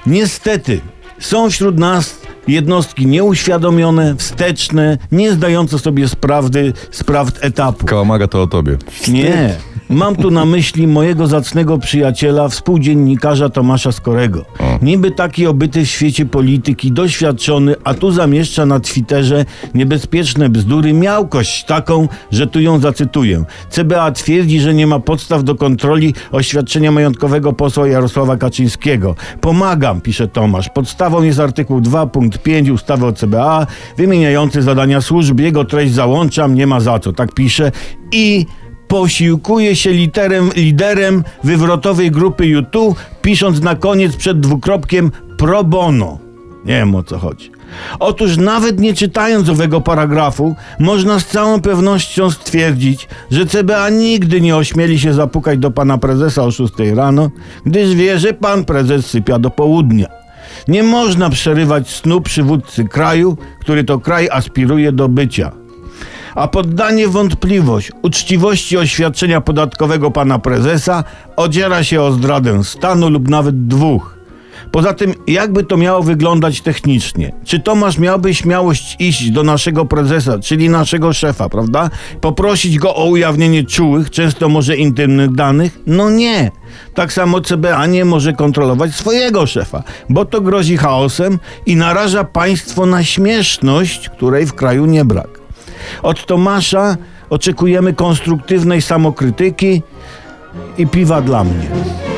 Niestety, są wśród nas jednostki nieuświadomione, wsteczne, nie zdające sobie spraw etapu. Kałamaga to o tobie. Nie. Mam tu na myśli mojego zacnego przyjaciela, współdziennikarza Tomasza Skorego. Niby taki obyty w świecie polityki, doświadczony, a tu zamieszcza na Twitterze niebezpieczne bzdury, miałkość taką, że tu ją zacytuję. CBA twierdzi, że nie ma podstaw do kontroli oświadczenia majątkowego posła Jarosława Kaczyńskiego. Pomagam, pisze Tomasz. Podstawą jest artykuł 2 punkt 5 ustawy o CBA, wymieniający zadania służb. Jego treść załączam, nie ma za co. Tak pisze i posiłkuje się liderem wywrotowej grupy YouTube, pisząc na koniec przed dwukropkiem pro bono. Nie wiem, o co chodzi. Otóż nawet nie czytając owego paragrafu, można z całą pewnością stwierdzić, że CBA nigdy nie ośmieli się zapukać do pana prezesa o 6 rano, gdyż wie, że pan prezes sypia do południa. Nie można przerywać snu przywódcy kraju, który to kraj aspiruje do bycia. A poddanie w wątpliwość uczciwości oświadczenia podatkowego pana prezesa odziera się o zdradę stanu lub nawet dwóch. Poza tym, jakby to miało wyglądać technicznie? Czy Tomasz miałby śmiałość iść do naszego prezesa, czyli naszego szefa, prawda? Poprosić go o ujawnienie czułych, często może intymnych danych? No nie. Tak samo CBA nie może kontrolować swojego szefa, bo to grozi chaosem i naraża państwo na śmieszność, której w kraju nie brak. Od Tomasza oczekujemy konstruktywnej samokrytyki i piwa dla mnie.